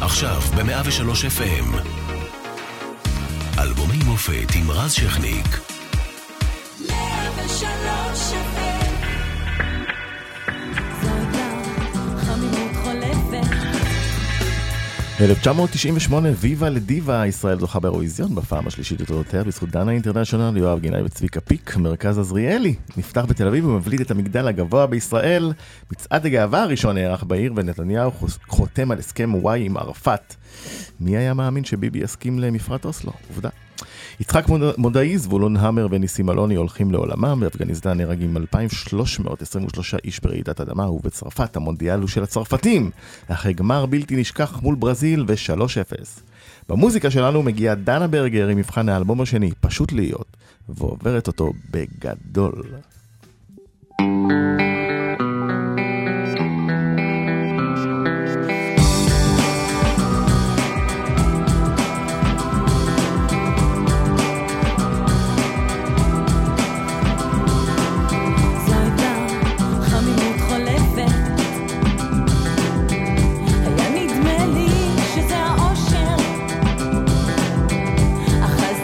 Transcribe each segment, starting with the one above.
עכשיו ב-103 FM. אלבומי מופת עם רז שכניק. 103 FM. חמימות חולפת. 1998, ויבה לדיבה, ישראל זוכה באירוויזיון בפעם השלישית לתולדותיה בזכות דנה אינטרנשיונל, יואב גינאי וצביקה פיק. מרכז עזריאלי נפתח בתל אביב ומבליט את המגדל הגבוה בישראל. מצעד הגאווה הראשון נערך בעיר, ונתניהו חותם על הסכם וואי עם ערפאת. מי היה מאמין שביבי יסכים למפרט אוסלו? עובדה. יצחק מודעי, זבולון המר וניסים אלוני הולכים לעולמם. באפגניסטן נהרגים 2,323 איש ברעידת אדמה, ובצרפת המונדיאל הוא של הצרפתים, אחרי גמר בלתי נשכח מול ברזיל ו-3-0. במוזיקה שלנו מגיעה דנה ברגר עם מבחן האלבום השני, פשוט להיות, ועוברת אותו בגדול.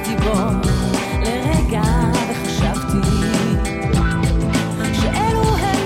לרגע וחשבתי שאלו הם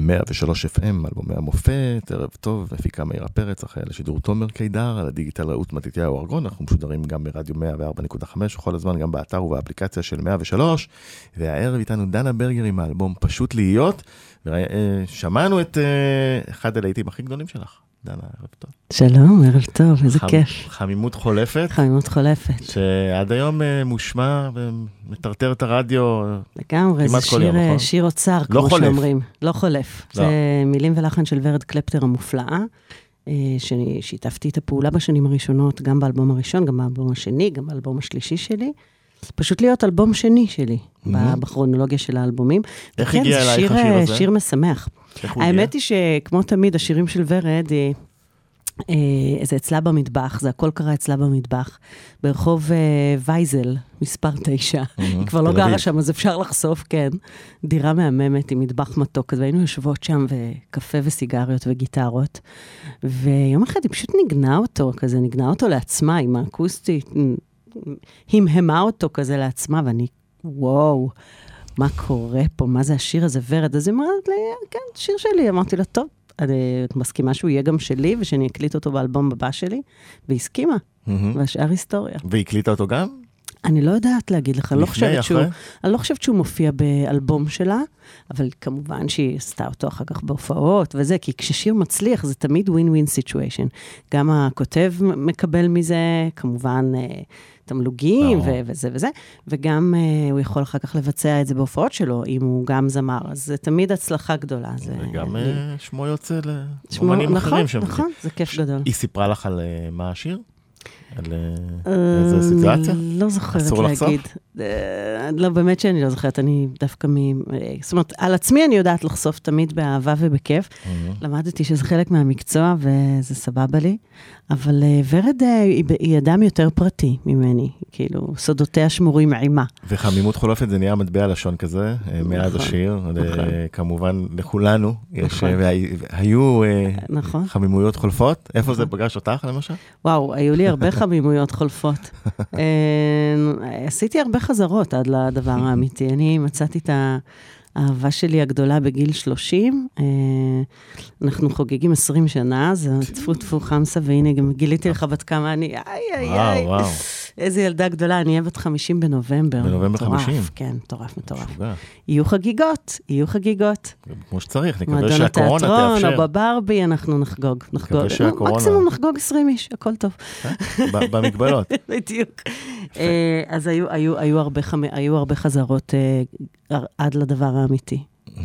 ב-103 FM, אלבומי המופת, ערב טוב, הפיקה מאירה פרץ, אחרי לשידור תומר קידר, על הדיגיטל רעות מתתיהו ארגון, אנחנו משודרים גם ברדיו 104.5, וכל הזמן גם באתר ובאפליקציה של 103, והערב איתנו דנה ברגר עם האלבום פשוט להיות, ושמענו את אחד הלהיטים הכי גדולים שלך. דנה, ערב טוב. שלום, ערב טוב, איזה כיף. חמימות חולפת. חמימות חולפת. שעד היום מושמע ומטרטר את הרדיו. לגמרי, זה שיר אוצר, כמו שאומרים. לא חולף. זה מילים ולחן של ורד קלפטר המופלאה, ששיתפתי את הפעולה בשנים הראשונות, גם באלבום הראשון, גם באלבום השני, גם באלבום השלישי שלי. פשוט להיות אלבום שני שלי, בכרונולוגיה של האלבומים. איך הגיע אלייך השיר הזה? שיר משמח. האמת היא שכמו תמיד, השירים של ורד, זה אצלה במטבח, זה הכל קרה אצלה במטבח, ברחוב וייזל, מספר 9. היא כבר לא גרה שם, אז אפשר לחשוף, כן. דירה מהממת עם מטבח מתוק, והיינו יושבות שם, וקפה וסיגריות וגיטרות, ויום אחד היא פשוט נגנה אותו לעצמה, עם האקוסטית, המהמה אותו כזה לעצמה, ואני, וואו, מה קורה פה? מה זה השיר הזה, ורד? אז היא אמרת לי, כן, שיר שלי. אמרתי לה, טוב, אני מסכימה שהוא יהיה גם שלי, ושאני אקליט אותו באלבום הבא שלי, והסכימה, והשאר היסטוריה. והקליטה אותו גם? אני לא יודעת להגיד לך, אני לא חושבת שהוא מופיע באלבום שלה, אבל כמובן שהיא עשתה אותו אחר כך בהופעות וזה, כי כששיר מצליח זה תמיד win-win situation. גם הכותב מקבל מזה, כמובן, תמלוגים וזה וזה, וגם הוא יכול אחר כך לבצע את זה בהופעות שלו, אם הוא גם זמר, אז זה תמיד הצלחה גדולה. וגם שמו יוצא לאמנים אחרים שם. נכון, זה כיף גדול. היא סיפרה לך על מה השיר? על איזה סיטואציה? לא זוכרת להגיד. לא, באמת שאני לא זוכרת, אני דווקא זאת אומרת, על עצמי אני יודעת לחשוף תמיד באהבה ובכיף. למדתי שזה חלק מהמקצוע וזה סבבה לי, אבל ורד היא אדם יותר פרטי ממני, כאילו, סודותיה שמורים עימה. וחמימות חולפת זה נהיה מטבע לשון כזה, מאז השיר, כמובן לכולנו, היו חמימויות חולפות, איפה זה פגש אותך למשל? וואו, היו לי הרבה חמימויות חולפות. עשיתי הרבה חזרות עד לדבר האמיתי. אני מצאתי את האהבה שלי הגדולה בגיל 30. אנחנו חוגגים 20 שנה, זה תפו חמסה, והנה גם גיליתי לך בת כמה אני, איי. איזה ילדה גדולה, אני אהיה בת 50 בנובמבר. בנובמבר 50? כן, מטורף. יהיו חגיגות. כמו שצריך, נקווה שהקורונה תאפשר. מועדון התיאטרון או בברבי, אנחנו נחגוג. מקסימום נחגוג 20 איש, הכל טוב. במגבלות. בדיוק. אז היו הרבה חזרות עד לדבר האמיתי.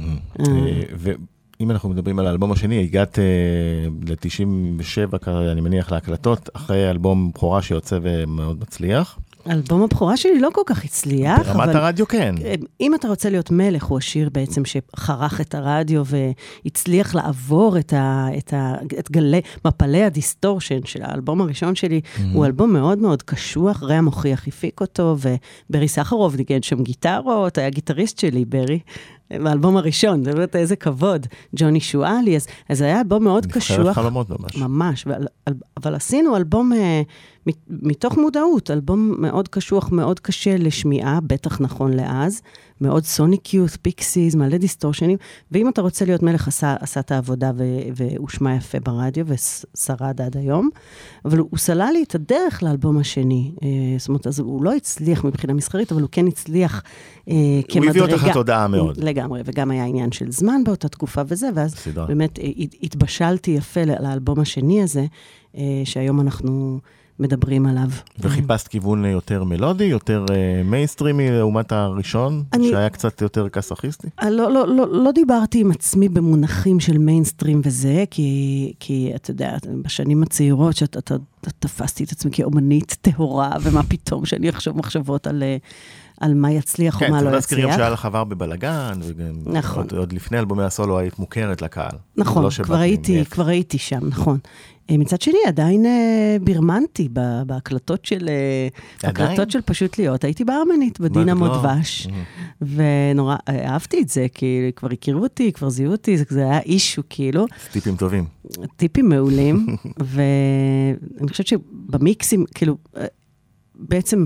אם אנחנו מדברים על האלבום השני, הגעת ל-97, אני מניח, להקלטות, אחרי אלבום בכורה שיוצא ומאוד מצליח. אלבום הבכורה שלי לא כל כך הצליח. ברמת הרדיו כן. אם אתה רוצה להיות מלך, הוא השיר בעצם שחרך את הרדיו, והצליח לעבור את מפלי הדיסטורשן של האלבום הראשון שלי. הוא אלבום מאוד מאוד קשוח, רע מוכיח הפיק אותו, וברי סחרוב ניגן שם גיטרות, היה גיטריסט שלי, ברי. באלבום הראשון, זה באמת איזה כבוד, ג'וני שואלי, אז היה אלבום מאוד קשוח. נבחרת חלומות ממש. ממש, אבל עשינו אלבום מתוך מודעות, אלבום מאוד קשוח, מאוד קשה לשמיעה, בטח נכון לאז, מאוד סוניק יות', פיקסיז, מלא דיסטורשנים, ואם אתה רוצה להיות מלך, עשה את העבודה והוא שמע יפה ברדיו, ושרד עד היום, אבל הוא סלל לי את הדרך לאלבום השני, זאת אומרת, אז הוא לא הצליח מבחינה מסחרית, אבל הוא כן הצליח כמדרגה. הוא הביא אותך תודעה מאוד. לגמרי, וגם היה עניין של זמן באותה תקופה וזה, ואז באמת התבשלתי יפה לאלבום השני הזה, שהיום אנחנו מדברים עליו. וחיפשת כיוון יותר מלודי, יותר מיינסטרימי לעומת הראשון, שהיה קצת יותר קסאכיסטי? לא דיברתי עם עצמי במונחים של מיינסטרים וזה, כי אתה יודע, בשנים הצעירות שאתה תפסתי את עצמי כאומנית טהורה, ומה פתאום שאני אחשוב מחשבות על מה יצליח או מה לא יצליח. כן, להזכיר גם שהיה לך עבר בבלגן, נכון. עוד לפני אלבומי הסולו היית מוכרת לקהל. נכון, כבר הייתי שם, נכון. מצד שני, עדיין בירמנתי בהקלטות של פשוט להיות. הייתי בארמנית, בדינמו דבש, ונורא אהבתי את זה, כי כבר הכירו אותי, כבר זיהו אותי, זה היה אישו כאילו. טיפים טובים. טיפים מעולים, ואני חושבת שבמיקסים, כאילו, בעצם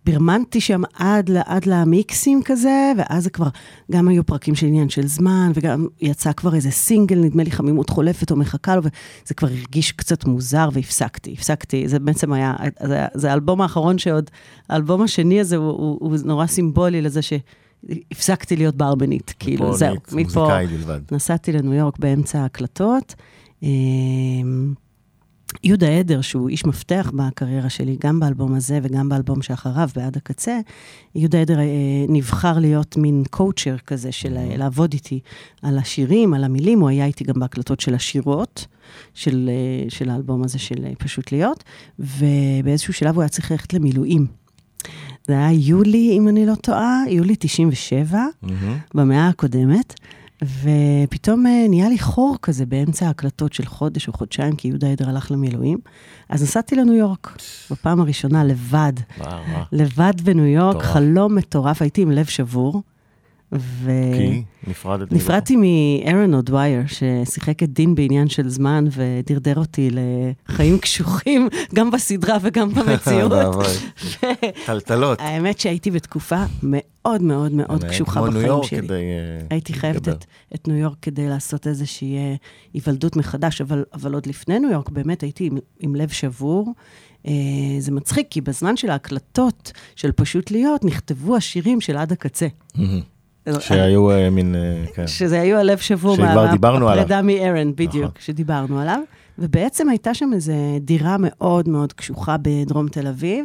ברמנתי שם עד למיקסים כזה, ואז זה כבר, גם היו פרקים של עניין של זמן, וגם יצא כבר איזה סינגל, נדמה לי חמימות חולפת או מחכה לו, וזה כבר הרגיש קצת מוזר, והפסקתי, זה בעצם היה, זה האלבום האחרון שעוד, האלבום השני הזה הוא נורא סימבולי לזה שהפסקתי להיות ברבנית, כאילו זהו, מפה נסעתי לניו יורק באמצע ההקלטות, יהודה עדר, שהוא איש מפתח בקריירה שלי, גם באלבום הזה וגם באלבום שאחריו, בעד הקצה, יהודה עדר נבחר להיות מין קואוצ'ר כזה, של לעבוד איתי על השירים, על המילים, הוא היה איתי גם בהקלטות של השירות, של האלבום הזה של פשוט להיות, ובאיזשהו שלב הוא היה צריך ללכת למילואים. זה היה יולי, אם אני לא טועה, יולי 97, במאה הקודמת, ופתאום נהיה לי חור כזה באמצע ההקלטות של חודש או חודשיים, כי יהודה עדר הלך למילואים. אז נסעתי לניו יורק, בפעם הראשונה, לבד בניו יורק, חלום מטורף, הייתי עם לב שבור. כי נפרדתי מארון אודווייר, ששיחק את דין בעניין של זמן, ודרדר אותי לחיים קשוחים, גם בסדרה וגם במציאות. טלטלות. האמת שהייתי בתקופה מאוד מאוד מאוד קשוחה בחיים שלי. הייתי חייבת את ניו יורק כדי לעשות איזושהי היוולדות מחדש, אבל עוד לפני ניו יורק באמת הייתי עם לב שבור. זה מצחיק, כי בזמן של ההקלטות של פשוט להיות, נכתבו השירים של עד הקצה. שהיו מין, כן. שזה היו הלב שבור, שכבר דיברנו עליו. הפרידה מארן, בדיוק, שדיברנו עליו. ובעצם הייתה שם איזו דירה מאוד מאוד קשוחה בדרום תל אביב,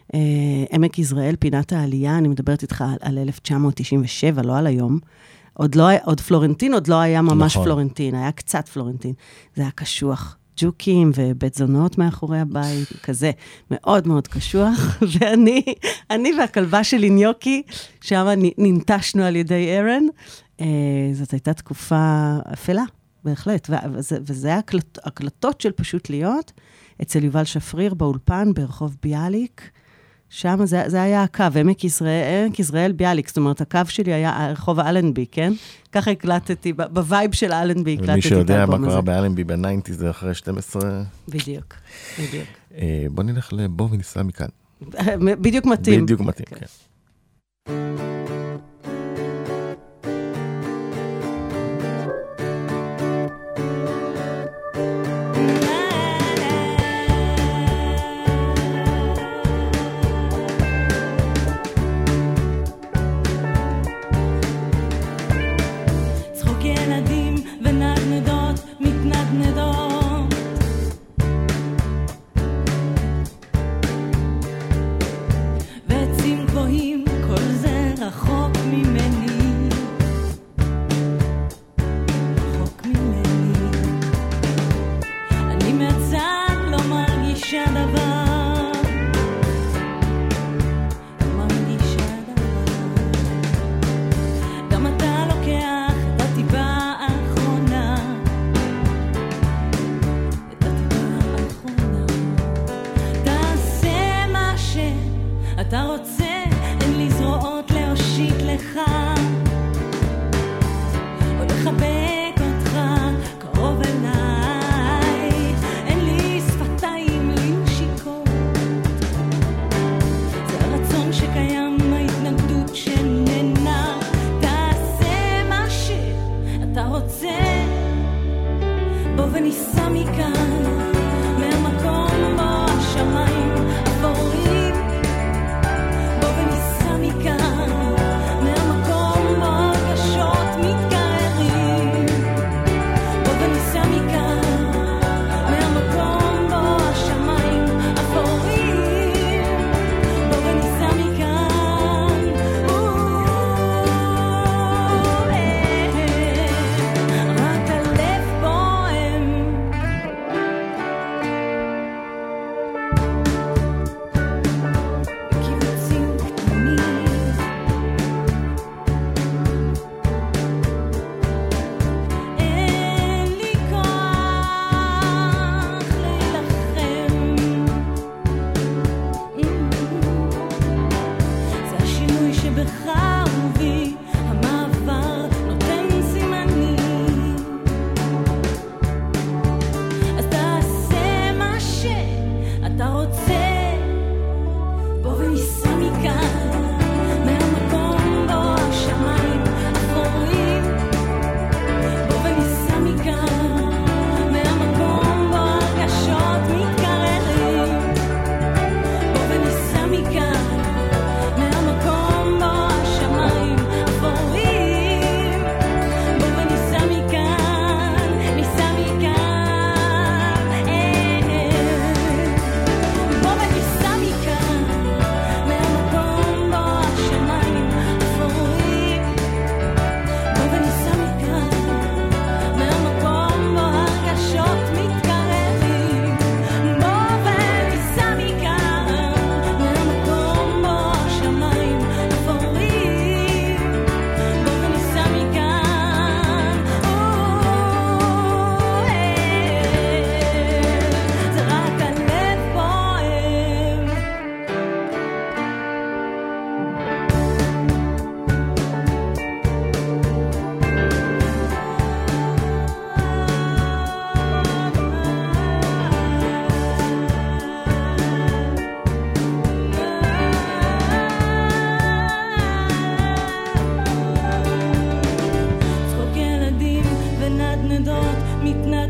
עמק יזרעאל, פינת העלייה, אני מדברת איתך על 1997, לא על היום. עוד פלורנטין, עוד לא היה ממש פלורנטין, היה קצת פלורנטין. זה היה קשוח. ג'וקים ובית זונות מאחורי הבית, כזה מאוד מאוד קשוח, ואני והכלבה שלי ניוקי, שם ננטשנו על ידי ארן, זאת הייתה תקופה אפלה, בהחלט, וזה היה הקלטות של פשוט להיות, אצל יובל שפריר באולפן ברחוב ביאליק, שם זה היה הקו, עמק יזרעאל ביאליק, זאת אומרת, הקו שלי היה רחוב אלנבי, כן? ככה הקלטתי, בווייב של אלנבי הקלטתי את האלבום הזה. ומי שיודע מה קרה באלנבי ב-90, זה אחרי 12... בדיוק. בוא נלך לבוא וניסע מכאן. בדיוק מתאים. בדיוק מתאים, כן. בוא וניסע מכאן, מהמקום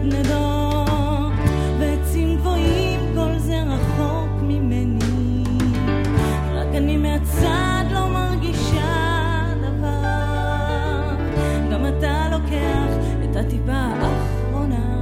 נדנדות ועצים גבוהים, כל זה רחוק ממני, רק אני מהצד לא מרגישה דבר. גם אתה לוקח את הטיפה האחרונה.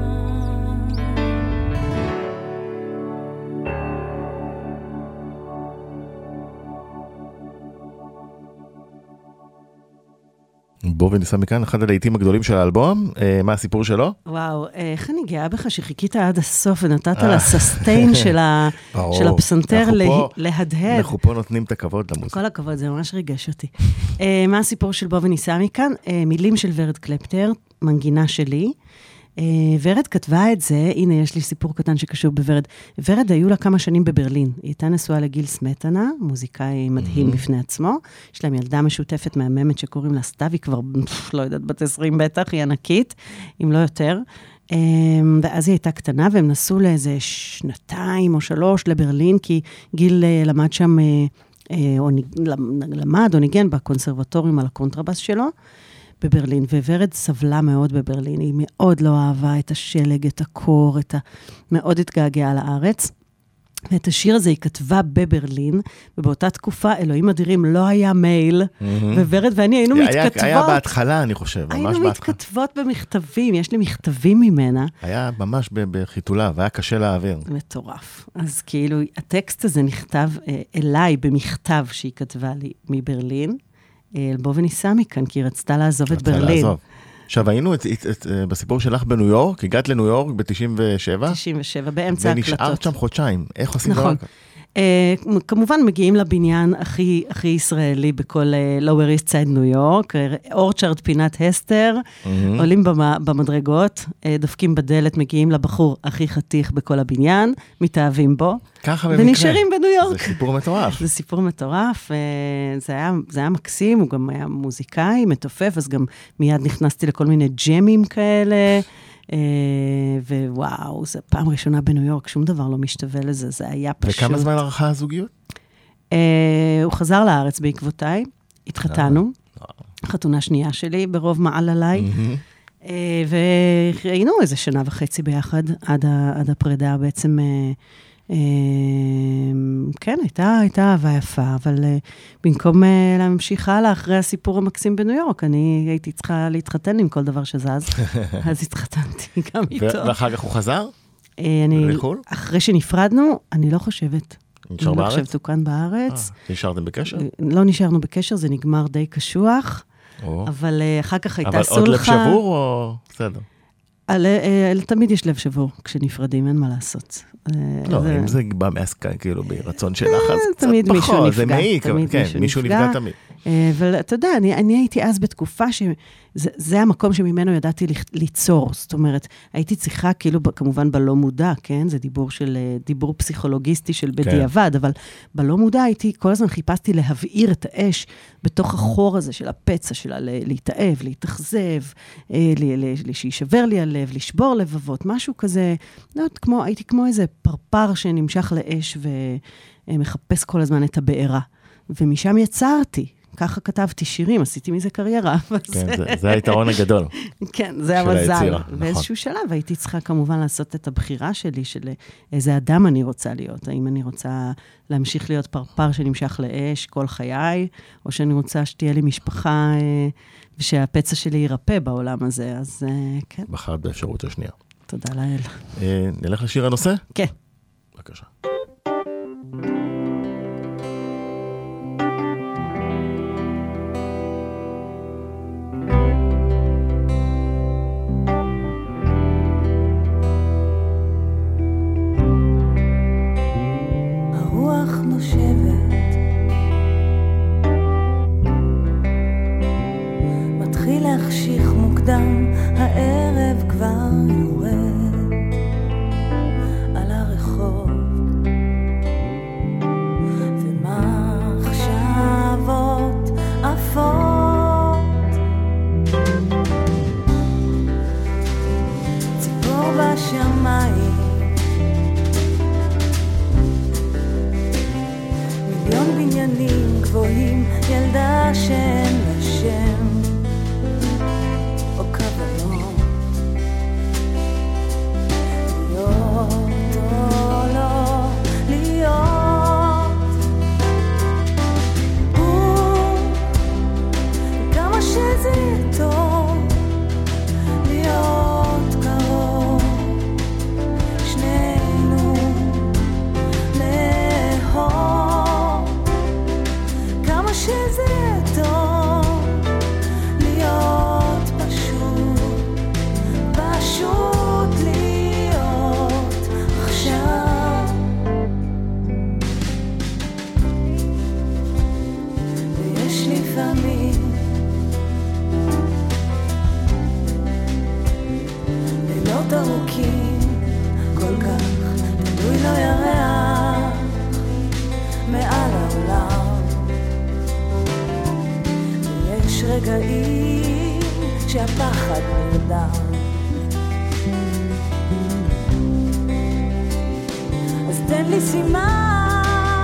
בוא וניסע מכאן, אחד הלהיטים הגדולים של האלבום, מה הסיפור שלו? וואו, איך אני גאה בך שחיכית עד הסוף ונתת לססטיין של הפסנתר להדהד. אנחנו פה נותנים את הכבוד למוזיקה. כל הכבוד, זה ממש ריגש אותי. מה הסיפור של בוא וניסע מכאן? מילים של ורד קלפטר, מנגינה שלי. ורד כתבה את זה, הנה יש לי סיפור קטן שקשור בוורד. ורד היו לה כמה שנים בברלין, היא הייתה נשואה לגיל סמטנה, מוזיקאי מדהים בפני עצמו, יש להם ילדה משותפת מהממת שקוראים לה סתיו, היא כבר, לא יודעת, בת 20 בטח, היא ענקית, אם לא יותר, ואז היא הייתה קטנה, והם נסעו לאיזה 2 או 3 לברלין, כי גיל למד שם, למד או ניגן בקונסרבטוריום על הקונטרבס שלו, בברלין, וורד סבלה מאוד בברלין, היא מאוד לא אהבה את השלג, את הקור, מאוד התגעגעה לארץ, ואת השיר הזה היא כתבה בברלין, ובאותה תקופה, אלוהים אדירים, לא היה מייל, וורד ואני היינו מתכתבות. היה בהתחלה, אני חושב, ממש בהתחלה. היינו מתכתבות במכתבים, יש לי מכתבים ממנה. היה ממש בחיתולה, והיה קשה להעביר. מטורף. אז כאילו, הטקסט הזה נכתב אליי במכתב שהיא כתבה לי מברלין, בוא וניסע מכאן, כי היא רצתה לעזוב את ברלין. עכשיו, היינו בסיפור שלך בניו יורק, הגעת לניו יורק ב-97. 97, באמצע ההקלטות. ונשארת שם חודשיים. איך עושים דבר? נכון. כמובן מגיעים לבניין הכי ישראלי בכל Lower East Side ניו יורק, אורצ'ארד פינת הסטר, עולים במדרגות, דופקים בדלת, מגיעים לבחור הכי חתיך בכל הבניין, מתאהבים בו, ונשארים בניו יורק. זה סיפור מטורף. זה סיפור מטורף, זה היה מקסים, הוא גם היה מוזיקאי, מתופף, אז גם מיד נכנסתי לכל מיני ג'מים כאלה, ווואו, זו פעם ראשונה בניו יורק, שום דבר לא משתווה לזה, זה היה פשוט. וכמה זמן ערכה הזוגיות? הוא חזר לארץ בעקבותיי, התחתנו, חתונה שנייה שלי, ברוב מעל עליי, והיינו איזה 1.5 שנה ביחד, עד הפרידה בעצם, כן, הייתה אהבה יפה, אבל במקום להמשיך הלאה אחרי הסיפור המקסים בניו יורק, אני הייתי צריכה להתחתן עם כל דבר שזז, אז התחתנתי גם איתו. ואחר כך הוא חזר? אחרי שנפרדנו, אני לא חושבת. נשאר בארץ? אני לא חושבת, הוא כאן בארץ. נשארתם בקשר? לא נשארנו בקשר, זה נגמר די קשוח, אבל אחר כך הייתה סולחה. אבל עוד לב שבור או בסדר? תמיד יש לב שבור כשנפרדים, אין מה לעשות. לא, אם זה בא מהסקה, כאילו, ברצון שלך, אז קצת פחות, זה מעיק, כן, מישהו נפגע תמיד. אבל אתה יודע, אני הייתי אז בתקופה שזה המקום שממנו ידעתי ליצור, זאת אומרת, הייתי צריכה, כאילו, כמובן בלא מודע, כן? זה דיבור פסיכולוגיסטי של בדיעבד, אבל בלא מודע הייתי, כל הזמן חיפשתי להבעיר את האש בתוך החור הזה של הפצע שלה, להתאהב, להתאכזב, שישבר לי הלב, לשבור לבבות, משהו כזה, הייתי כמו איזה פרפר שנמשך לאש ומחפש כל הזמן את הבעירה. ומשם יצרתי. ככה כתבתי שירים, עשיתי מזה קריירה. כן, זה היתרון הגדול. כן, זה המזל. באיזשהו שלב הייתי צריכה כמובן לעשות את הבחירה שלי, של איזה אדם אני רוצה להיות. האם אני רוצה להמשיך להיות פרפר שנמשך לאש כל חיי, או שאני רוצה שתהיה לי משפחה, ושהפצע שלי יירפא בעולם הזה. אז כן. בחרת באפשרות השנייה. תודה לאל. נלך לשיר הנושא? כן. בבקשה. הערב כבר יורד על הרחוב ומחשבות עפות, ציפור בשמיים, מיליון בניינים גבוהים, ילדה שאין לה שם יש רגעים שהפחד נרדם, אז תן לי סימן,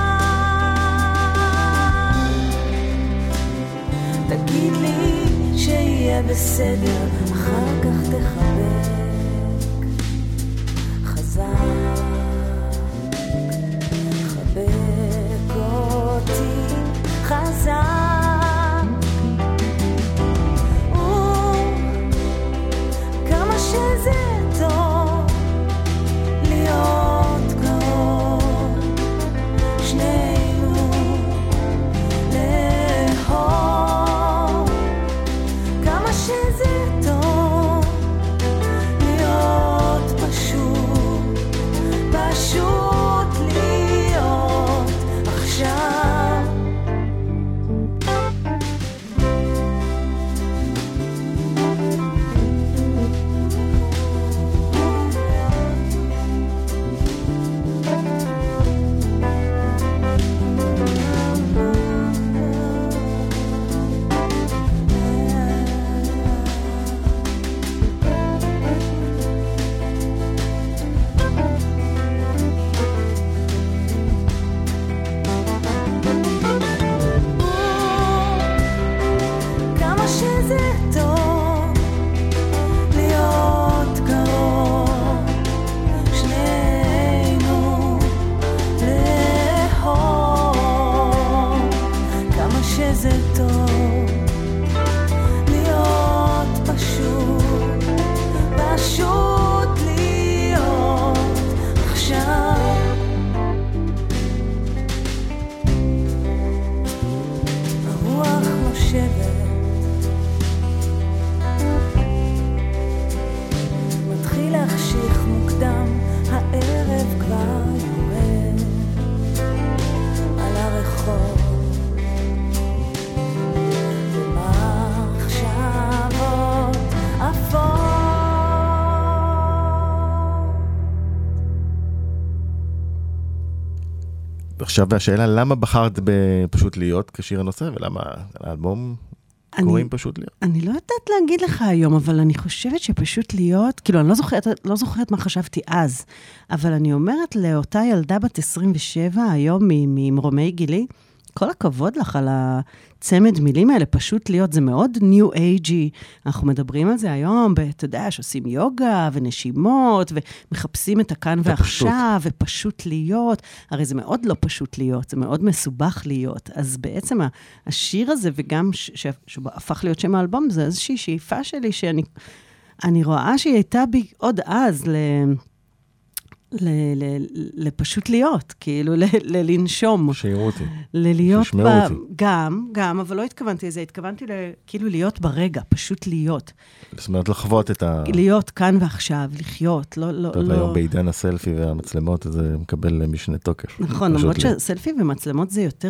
תגיד לי שיהיה בסדר, אחר כך תחבק חזק, חבק אותי חזק, כמה שזה טוב להיות קרוב, שנינו לאהוב, כמה שזה טוב להיות פשוט, פשוט להיות עכשיו. עכשיו השאלה, למה בחרת פשוט להיות כשיר הנושא, ולמה האלבום קוראים פשוט להיות? אני לא יודעת להגיד לך היום, אבל אני חושבת שפשוט להיות, כאילו אני לא זוכרת מה חשבתי אז, אבל אני אומרת לאותה ילדה בת 27, היום ממרומי גילי, כל הכבוד לך על הצמד מילים האלה, פשוט להיות, זה מאוד ניו אייג'י, אנחנו מדברים על זה היום, אתה יודע, שעושים יוגה ונשימות, ומחפשים את הכאן ועכשיו, ופשוט להיות, הרי זה מאוד לא פשוט להיות, זה מאוד מסובך להיות, אז בעצם השיר הזה, וגם שהפך להיות שם האלבום, זה איזושהי שאיפה שלי, שאני רואה שהיא הייתה בי עוד אז, לפשוט להיות, כאילו, לנשום. שיראו אותי. שישמעו אותי. גם, אבל לא התכוונתי לזה, התכוונתי כאילו להיות ברגע, פשוט להיות. זאת אומרת, לחוות את להיות כאן ועכשיו, לחיות, לא... טוב, היום בעידן הסלפי והמצלמות, זה מקבל משנה תוקף. נכון, למרות שסלפי ומצלמות זה יותר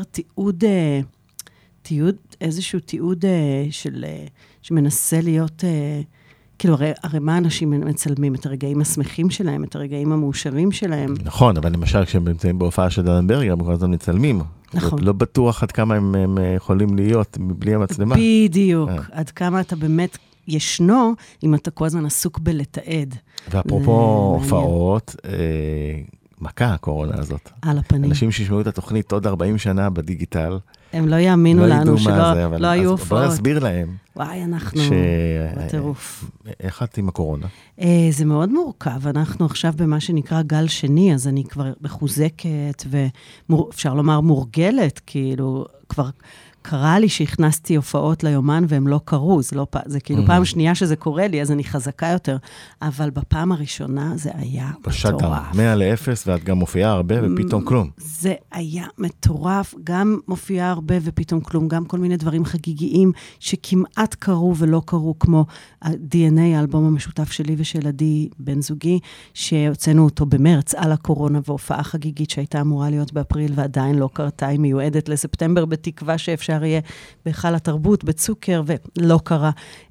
איזשהו תיעוד שמנסה להיות... כאילו, הרי מה אנשים מצלמים? את הרגעים השמחים שלהם, את הרגעים המאושרים שלהם. נכון, אבל למשל, כשהם נמצאים בהופעה של דן ברגר, הם כל הזמן מצלמים. נכון. לא בטוח עד כמה הם יכולים להיות בלי המצלמה. בדיוק. עד כמה אתה באמת ישנו, אם אתה כל הזמן עסוק בלתעד. ואפרופו הופעות, מכה הקורונה הזאת. על הפנים. אנשים שישמעו את התוכנית עוד 40 שנה בדיגיטל, הם לא יאמינו לנו שלא היו הופעות. בוא נסביר להם. וואי, אנחנו בטירוף. איך את עם הקורונה? זה מאוד מורכב. אנחנו עכשיו במה שנקרא גל שני, אז אני כבר מחוזקת, ואפשר לומר מורגלת, כאילו, כבר קרה לי שהכנסתי הופעות ליומן, והם לא קרו, זה כאילו פעם שנייה שזה קורה לי, אז אני חזקה יותר, אבל בפעם הראשונה זה היה מטורף. 100-0, ואת גם מופיעה הרבה, ופתאום כלום. זה היה מטורף, גם מופיעה הרבה, ופתאום כלום, גם כל מיני דברים חגיגיים, שכמעט קרו ולא קרו, כמו ה-DNA, האלבום המשותף שלי ושל עדי בן זוגי, שהוצאנו אותו במרץ על הקורונה, והופעה חגיגית שהייתה אמורה להיות באפריל, ועדיין לא קרתה, היא מיועדת לספטמבר, בתקווה שאפשר שאפשר יהיה בהיכל התרבות, בצוקר, ולא קרה.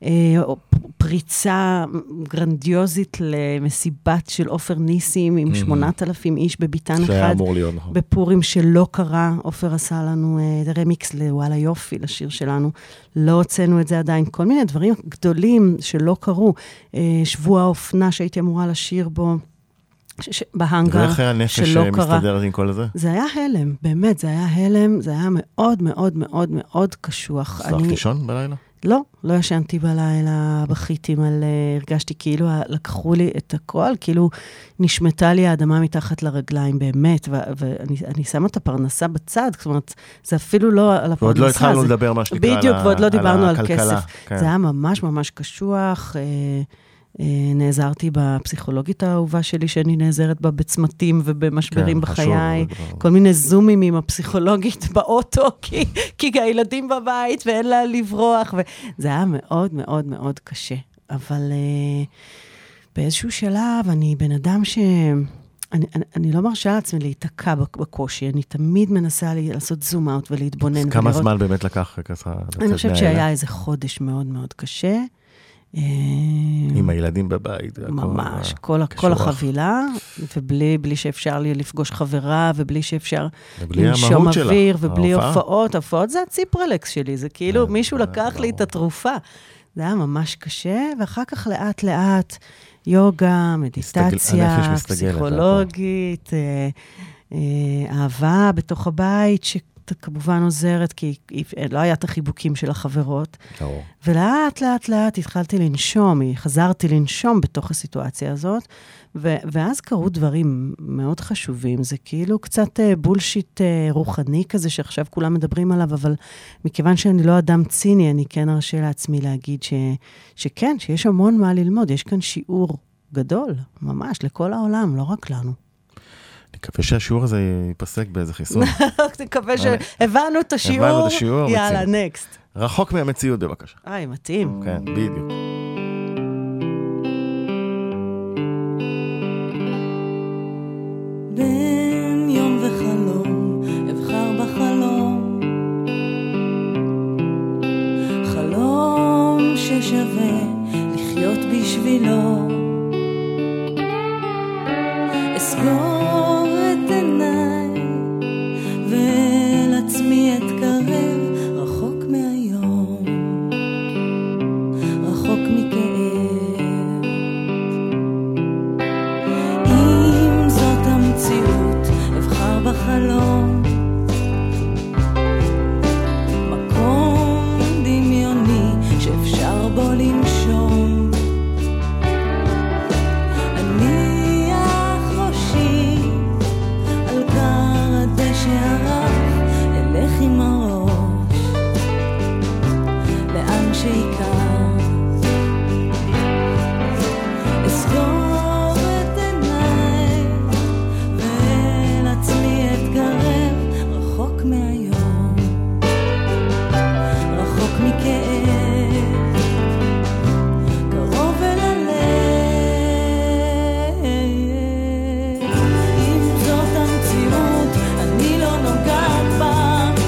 פריצה גרנדיוזית למסיבת של עופר ניסים, עם 8,000 איש בביתן אחד. שהיה אמור להיות, נכון. בפורים שלא קרה, עופר עשה לנו רמיקס לוואלה יופי, לשיר שלנו. לא הוצאנו את זה עדיין. כל מיני דברים גדולים שלא קרו. שבוע האופנה שהייתי אמורה לשיר בו, בהנגר, ואיך היה נפש שמסתדרת עם כל זה? זה היה הלם, באמת, זה היה הלם, זה היה מאוד מאוד מאוד מאוד קשוח. שחק לישון בלילה? לא ישנתי בלילה, בכיתי מלא, הרגשתי כאילו לקחו לי את הכל, כאילו נשמטה לי האדמה מתחת לרגליים, באמת, ואני שמה את הפרנסה בצד, זאת אומרת, זה אפילו לא על הפרנסה. ועוד לא התחלנו לדבר מה שנקרא על הכלכלה. בדיוק, ועוד לא דיברנו על כסף. זה היה ממש ממש קשוח, נעזרתי בפסיכולוגית האהובה שלי, שאני נעזרת בה בצמתים ובמשברים בחיי, כל מיני זומים עם הפסיכולוגית באוטו, כי הילדים בבית ואין לה לברוח, וזה היה מאוד מאוד מאוד קשה. אבל באיזשהו שלב, אני בן אדם אני לא מרשה לעצמי להתעקע בקושי, אני תמיד מנסה לעשות זום אאוט ולהתבונן. אז כמה זמן באמת לקח ככה? אני חושבת שהיה איזה חודש מאוד מאוד קשה, עם הילדים בבית. ממש, כל החבילה, ובלי שאפשר לי לפגוש חברה, ובלי שאפשר לנשום אוויר, ובלי הופעות. הופעות זה הציפרלקס שלי, זה כאילו מישהו לקח לי את התרופה. זה היה ממש קשה, ואחר כך לאט לאט, יוגה, מדיטציה, פסיכולוגית, אהבה בתוך הבית, כמובן עוזרת, כי לא היה את החיבוקים של החברות. ולאט, לאט, לאט התחלתי לנשום, חזרתי לנשום בתוך הסיטואציה הזאת, ואז קרו דברים מאוד חשובים. זה כאילו קצת בולשיט רוחני כזה, שעכשיו כולם מדברים עליו, אבל מכיוון שאני לא אדם ציני, אני כן ארשה לעצמי להגיד שכן, שיש המון מה ללמוד. יש כאן שיעור גדול, ממש, לכל העולם, לא רק לנו. נקווה שהשיעור הזה ייפסק באיזה חיסון. נקווה שהבנו את השיעור. יאללה, נקסט. רחוק מהמציאות, בבקשה. מתאים. כן, בדיוק. בין יום וחלום, אבחר בחלום, חלום ששווה לחיות בשבילו, אסגור את עיניי ולעצמי אתקרב רחוק מהיום, רחוק מכאב. אם זאת המציאות, אבחר בחלום, מקום דמיוני שאפשר בו לנשום. אלך עם הראש לאן שיקר, אסגור את עיניי ולעצמי אתקרב רחוק מהיום, רחוק מכאב, קרוב אל הלב. אם זאת המציאות, אני לא נוגעת בה,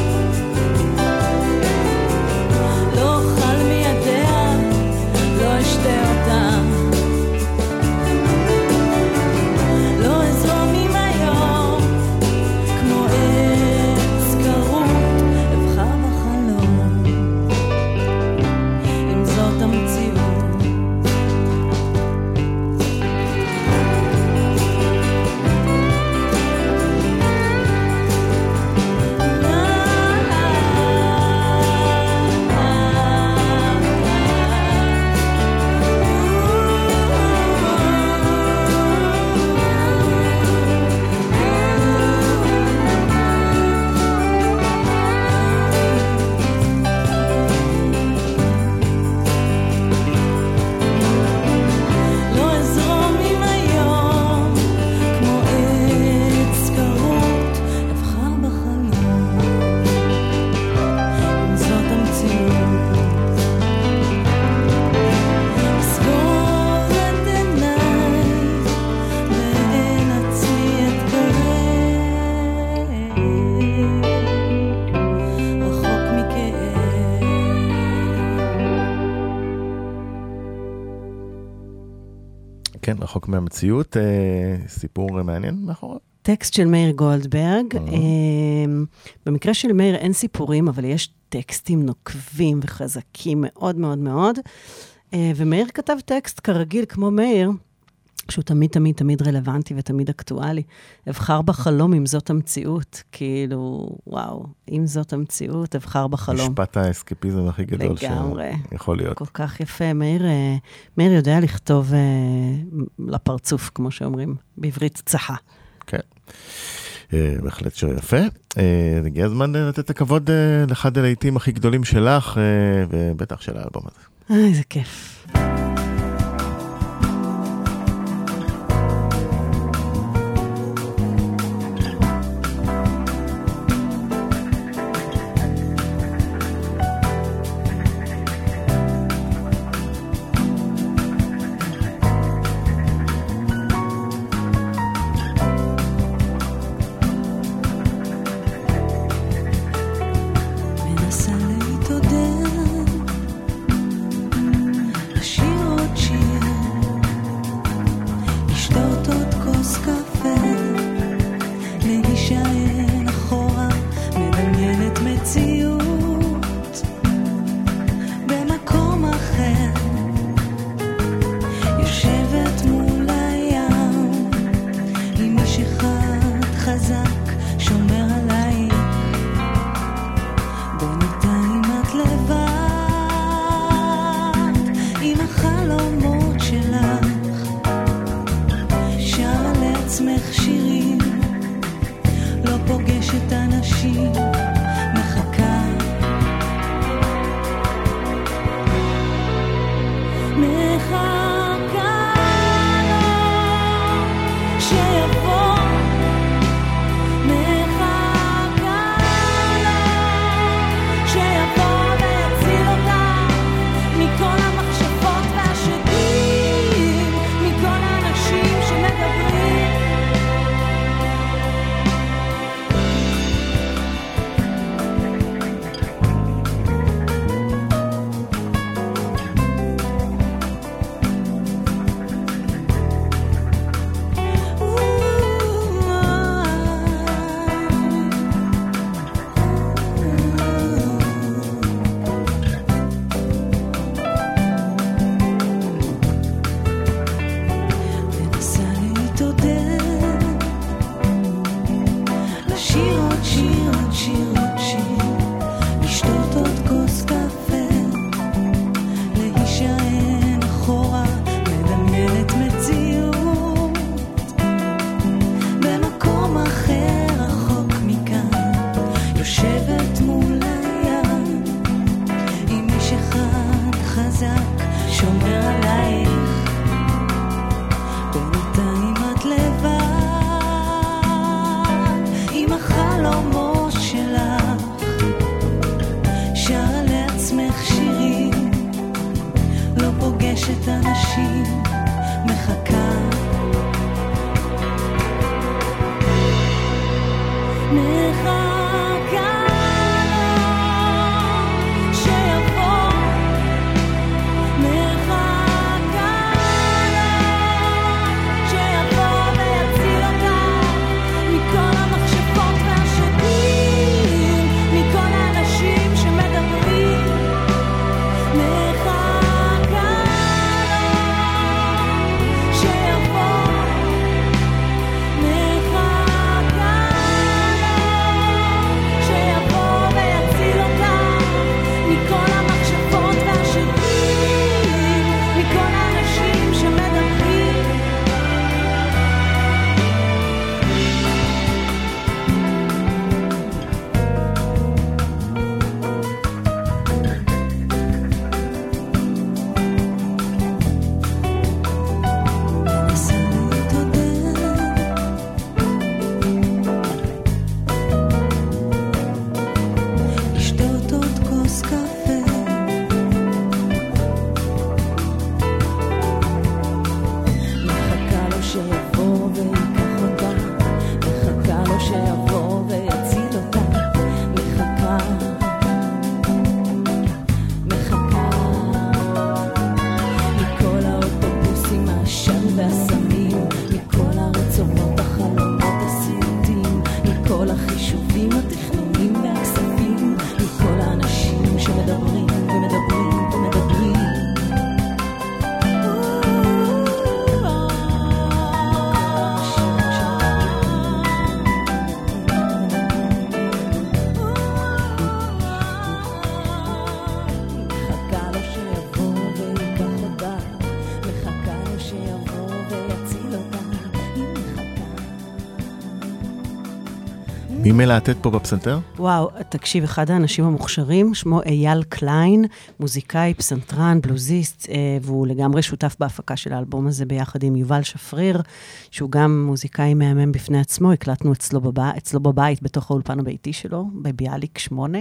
לא אוכל מידיה, לא אשתה אותה, לא אזרום עם היום, כמו עץ כרות, אבחר בחלום. אם זאת המציאות, כן, רחוק מהמציאות, סיפור מעניין מאחורי. טקסט של מאיר גולדברג. במקרה של מאיר אין סיפורים, אבל יש טקסטים נוקבים וחזקים מאוד מאוד מאוד. ומאיר כתב טקסט כרגיל כמו מאיר, שהוא תמיד תמיד תמיד רלוונטי ותמיד אקטואלי. אבחר בחלום אם זאת המציאות. כאילו, וואו, אם זאת המציאות, אבחר בחלום. משפט האסקפיזם הכי גדול לגמרי. שיכול להיות. כל כך יפה. מאיר יודע לכתוב לפרצוף, כמו שאומרים, בעברית צחה. כן. בהחלט שיר יפה. הגיע הזמן לתת את הכבוד לאחד הלהיטים הכי גדולים שלך, ובטח של האלבום הזה. איזה כיף. מי מלהטט פה בפסנתר? וואו, תקשיב, אחד האנשים המוכשרים, שמו אייל קליין, מוזיקאי, פסנתרן, בלוזיסט, והוא לגמרי שותף בהפקה של האלבום הזה ביחד עם יובל שפריר, שהוא גם מוזיקאי מהמם בפני עצמו, הקלטנו אצלו בבית, בתוך האולפן הביתי שלו, בביאליק 8.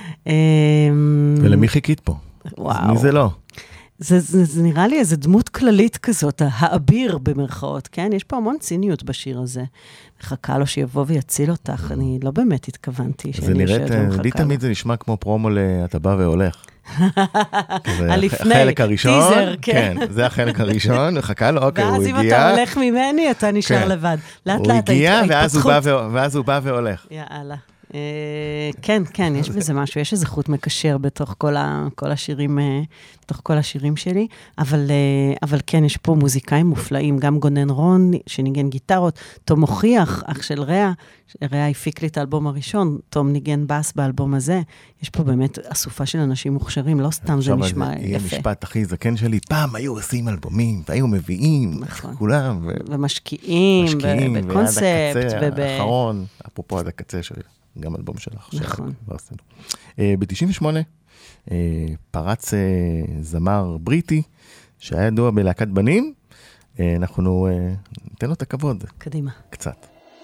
ולמי חיכית פה? וואו. מי זה לא? זה נראה לי איזו דמות כללית כזאת, האביר במרכאות, כן? יש פה המון ציניות בשיר הזה. מחכה לו שיבוא ויציל אותך, אני לא באמת התכוונתי שאני יושבת ומחכה. לי תמיד זה נשמע כמו פרומו אתה בא והולך. הלפני, החלק הראשון, טיזר, כן. זה החלק הראשון, מחכה לו, אוקיי, הוא הגיע. ואז אם אתה הולך ממני, אתה נשאר לבד. לאט לאט ההתפתחות. הוא הגיע, ואז הוא בא והולך. יאללה. כן, יש בזה משהו, יש איזה חוט מקשר בתוך כל השירים שלי, אבל כן, יש פה מוזיקאים מופלאים, גם גונן רון, שניגן גיטרות, תום מוכיח, אח של רע הפיק לי את האלבום הראשון, תום ניגן בס באלבום הזה, יש פה באמת אסופה של אנשים מוכשרים, לא סתם זה נשמע יפה. יהיה משפט הכי זקן שלי, פעם היו עושים אלבומים, והיו מביאים, כולם. ומשקיעים, בקונספט. ועד הקצה האחרון, אפרופו עד הקצה שלי. גם אלבום שלך. נכון. ב-98 פרץ זמר בריטי, שהיה ידוע בלהקת בנים, אנחנו ניתן לו את הכבוד. קדימה. קצת.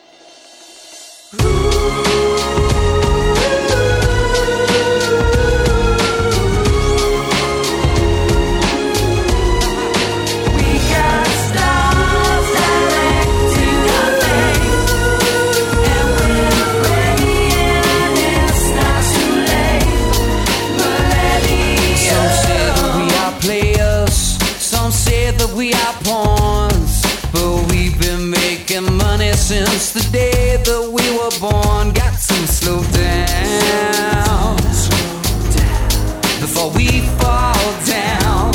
We are pawns, but we've been making money since the day that we were born. Got some slow down before we fall down.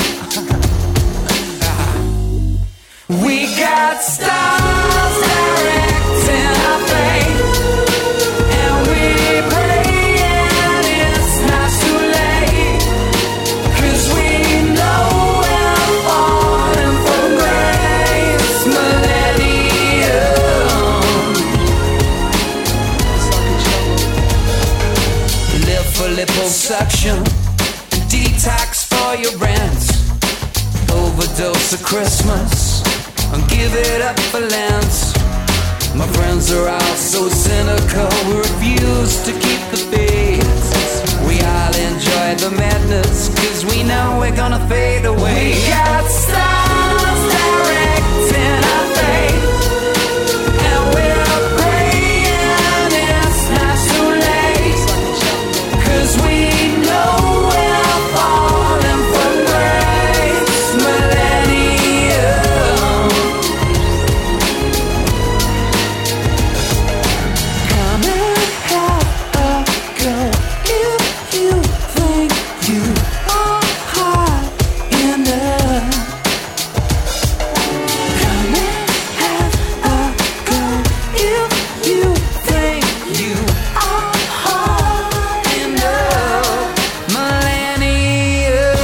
We got stars directing our fate, and we praying it's not too late, 'cause we know liposuction, detox for your rent, overdose of Christmas, and give it up for Lent. My friends are all so cynical, we refuse to keep the faith. We all enjoy the madness, 'cause we know we're gonna fade away. We got stars directing our fate, and we're praying it's not too late, 'cause we know we're falling from grace. Millennium, come and have a go if you think you are hot enough. Come and have a go if you think you are hot enough. Millennium,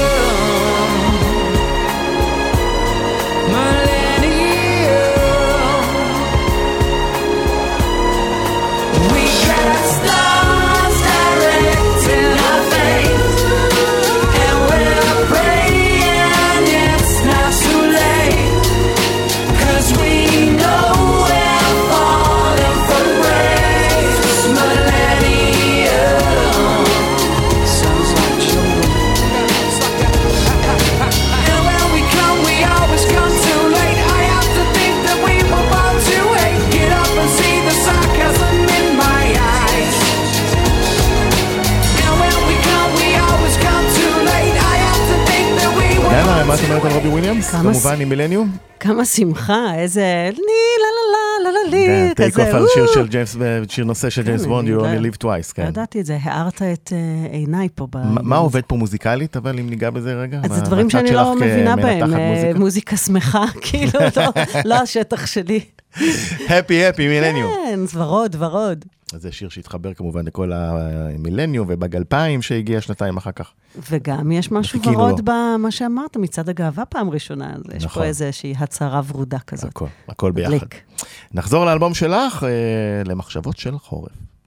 we got stars directing our fate, and we're praying it's not too late, 'cause we know we're falling from grace. Millennium, sounds like children. And when we come, we always come too late. I have to think that we were born to hate. Get up and see the sarcasm in my eyes. And when we come, we always come too late. I have to think that we were דנה, born מה את to אומרת על רובי וויליאמס? כמובן עם מילניום? כמה שמחה, איזה לי, טייק כזה, אוף על שיר נושא של ג'יימס בונד, You Only Live Twice, כן. ידעתי את זה, הערת את עיניי פה. מה עובד פה מוזיקלית, אבל אם ניגע בזה רגע? אז זה דברים שאני לא מבינה בהם, מוזיקה שמחה, כאילו, לא השטח שלי. Happy, מילניום. כן, ורוד. אז זה שיר שהתחבר כמובן לכל המילניום ובג 2000 שהגיע שנתיים אחר כך. וגם יש משהו ורוד במה שאמרת, מצד הגאווה פעם ראשונה. אז יש פה איזושהי הצהרה ורודה כזאת. הכל ביחד. נחזור לאלבום שלך, למחשבות של חורף.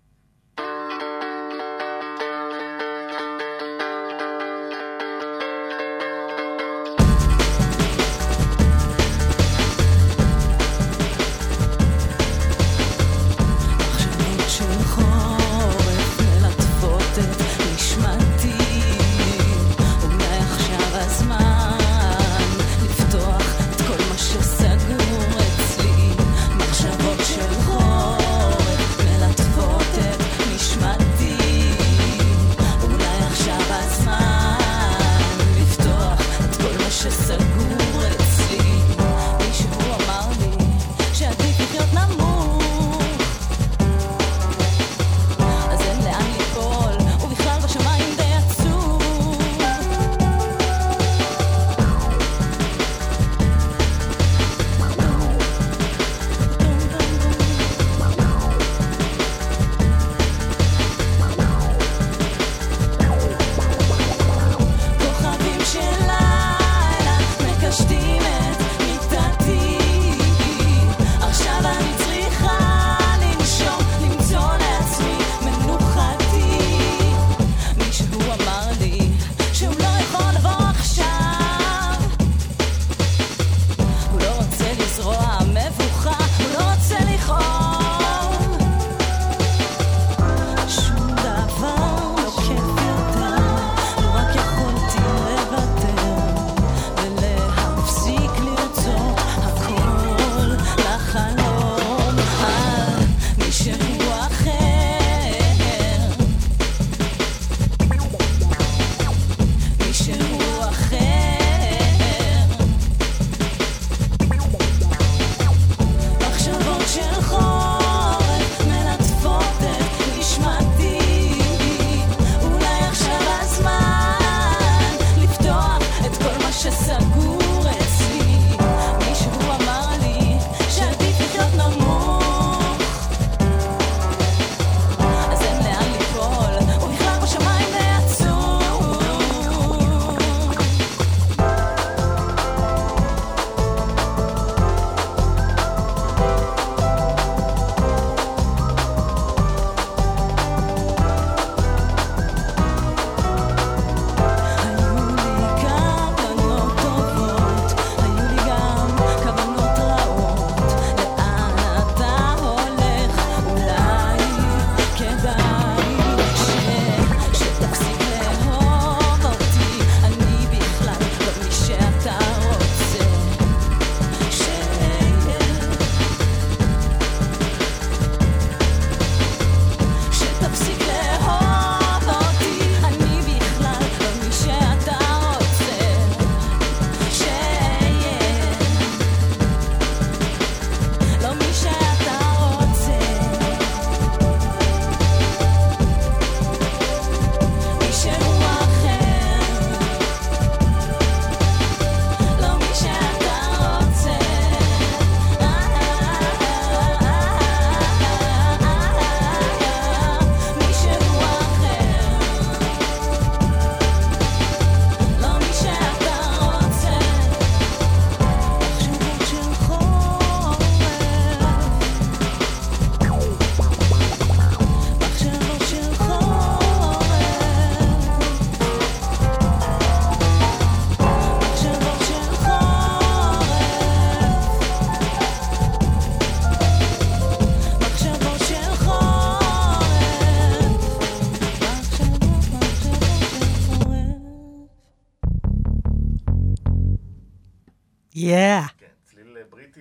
צליל בריטי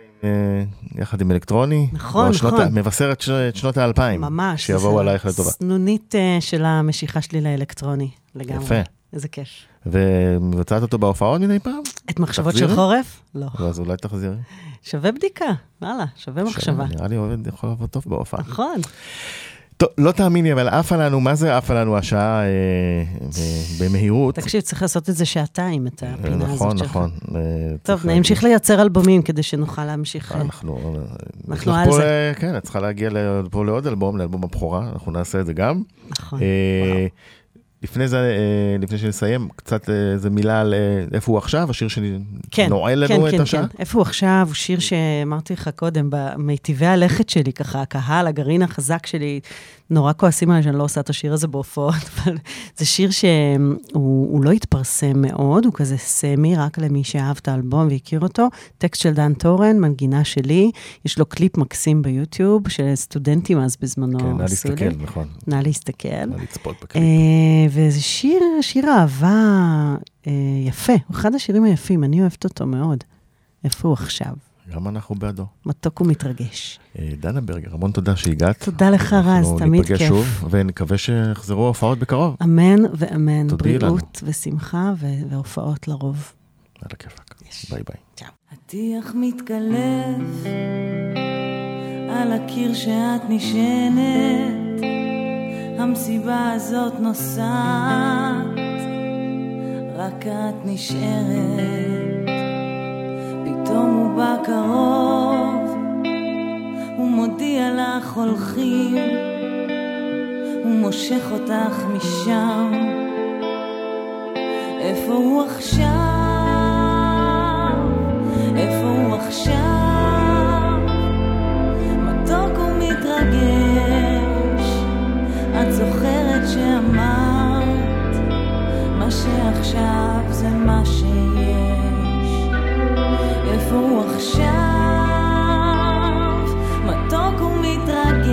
יחד עם אלקטרוני. נכון, נכון. מבשרת שנות ה-2000. ממש. שיבואו עלייך לטובה. סנונית של המשיכה שלי לאלקטרוני, לגמרי. יפה. איזה כיף. ומבצעת אותו בהופעות מדי פעם? את מחשבות של חורף? לא. אז אולי תחזירי. שווה בדיקה, וואלה, שווה מחשבה. נראה לי עובד יכול לעבוד טוב בהופעה. נכון. טוב, לא תאמיני, אבל עפה לנו, מה זה עפה לנו השעה במהירות? תקשיב, צריך לעשות את זה שעתיים, את הפינה הזאת שלך. נכון. טוב, נמשיך לייצר אלבומים כדי שנוכל להמשיך. אנחנו על זה. כן, את צריכה להגיע פה לעוד אלבום, לאלבום הבכורה, אנחנו נעשה את זה גם. נכון. לפני זה, לפני שנסיים, קצת איזה מילה על איפה הוא עכשיו, השיר שנועל לנו את השעה. כן, איפה הוא עכשיו, הוא שיר שאמרתי לך קודם, במיטיבי הלכת שלי, ככה, הקהל, הגרעין החזק שלי, נורא כועסים עליי שאני לא עושה את השיר הזה בהופעות, אבל זה שיר שהוא לא התפרסם מאוד, הוא כזה סמי, רק למי שאהב את האלבום והכיר אותו, טקסט של דן טורן, מנגינה שלי, יש לו קליפ מקסים ביוטיוב, של סטודנטים אז בזמנו. כן, נא להסתכל, נכון. נא להסתכל. נא לצפות בקליפ. וזה שיר אהבה יפה, הוא אחד השירים היפים, אני אוהבת אותו מאוד. איפה הוא עכשיו? גם אנחנו בעדו. מתוק ומתרגש. דנה ברגר, המון תודה שהגעת. תודה לך רז, תמיד כיף. אנחנו ניפגש שוב, ונקווה שיחזרו הופעות בקרוב. אמן ואמן, בריאות ושמחה והופעות לרוב. על הכיפק. ביי ביי. צ'או. הטיח מתקלף על הקיר שאת נשענת, המסיבה הזאת נוסעת, רק את נשארת. פתאום הוא בא קרוב, הוא מודיע לך הולכים, הוא מושך אותך משם. איפה הוא עכשיו? איפה הוא עכשיו? מתוק ומתרגש, את זוכרת שאמרת, מה שעכשיו זה מה שיש. איפה הוא עכשיו? מתוק ומתרגש,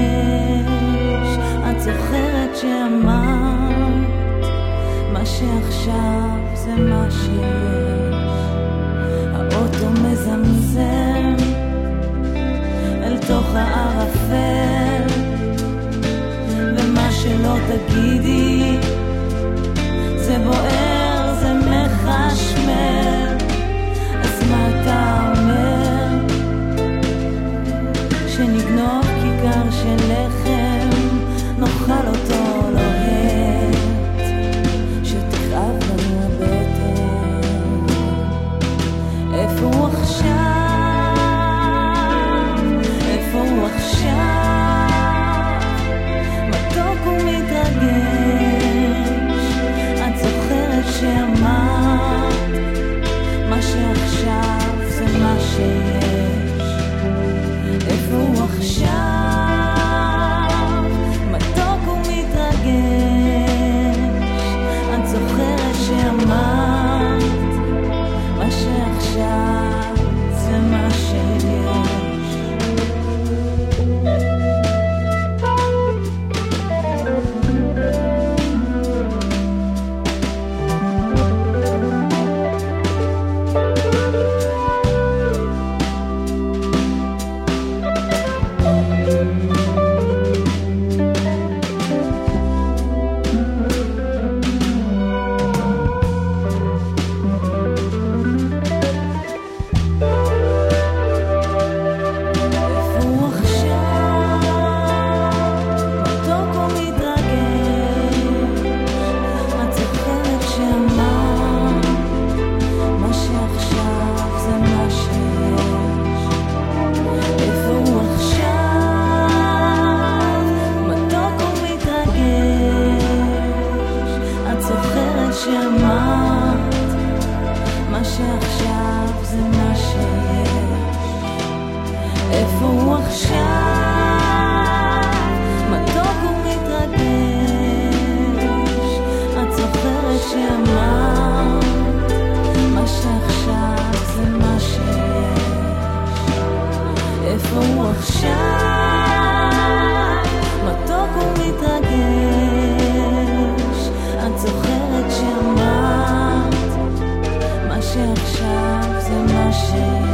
את זוכרת שאמרת, מה שעכשיו זה מה שיש. האוטו מזמזם אל תוך הערפל, ומה שלא תגידי זה בוער, זה מחשמל. אז מה אתה אומר? שנגנוב כיכר של לחם, נאכל אותו לוהט, שתכאב לנו הבטן. איפה הוא עכשיו? איפה הוא עכשיו? מתוק ומתרגש, את זוכרת שאמרת, מה שעכשיו זה מה שיש. איפה הוא עכשיו? מתוק ומתרגש, את זוכרת שאמרת, מה שעכשיו זה מה שיש. איפה הוא עכשיו? מתוק ומתרגש, את זוכרת שאמרת, מה שעכשיו זה מה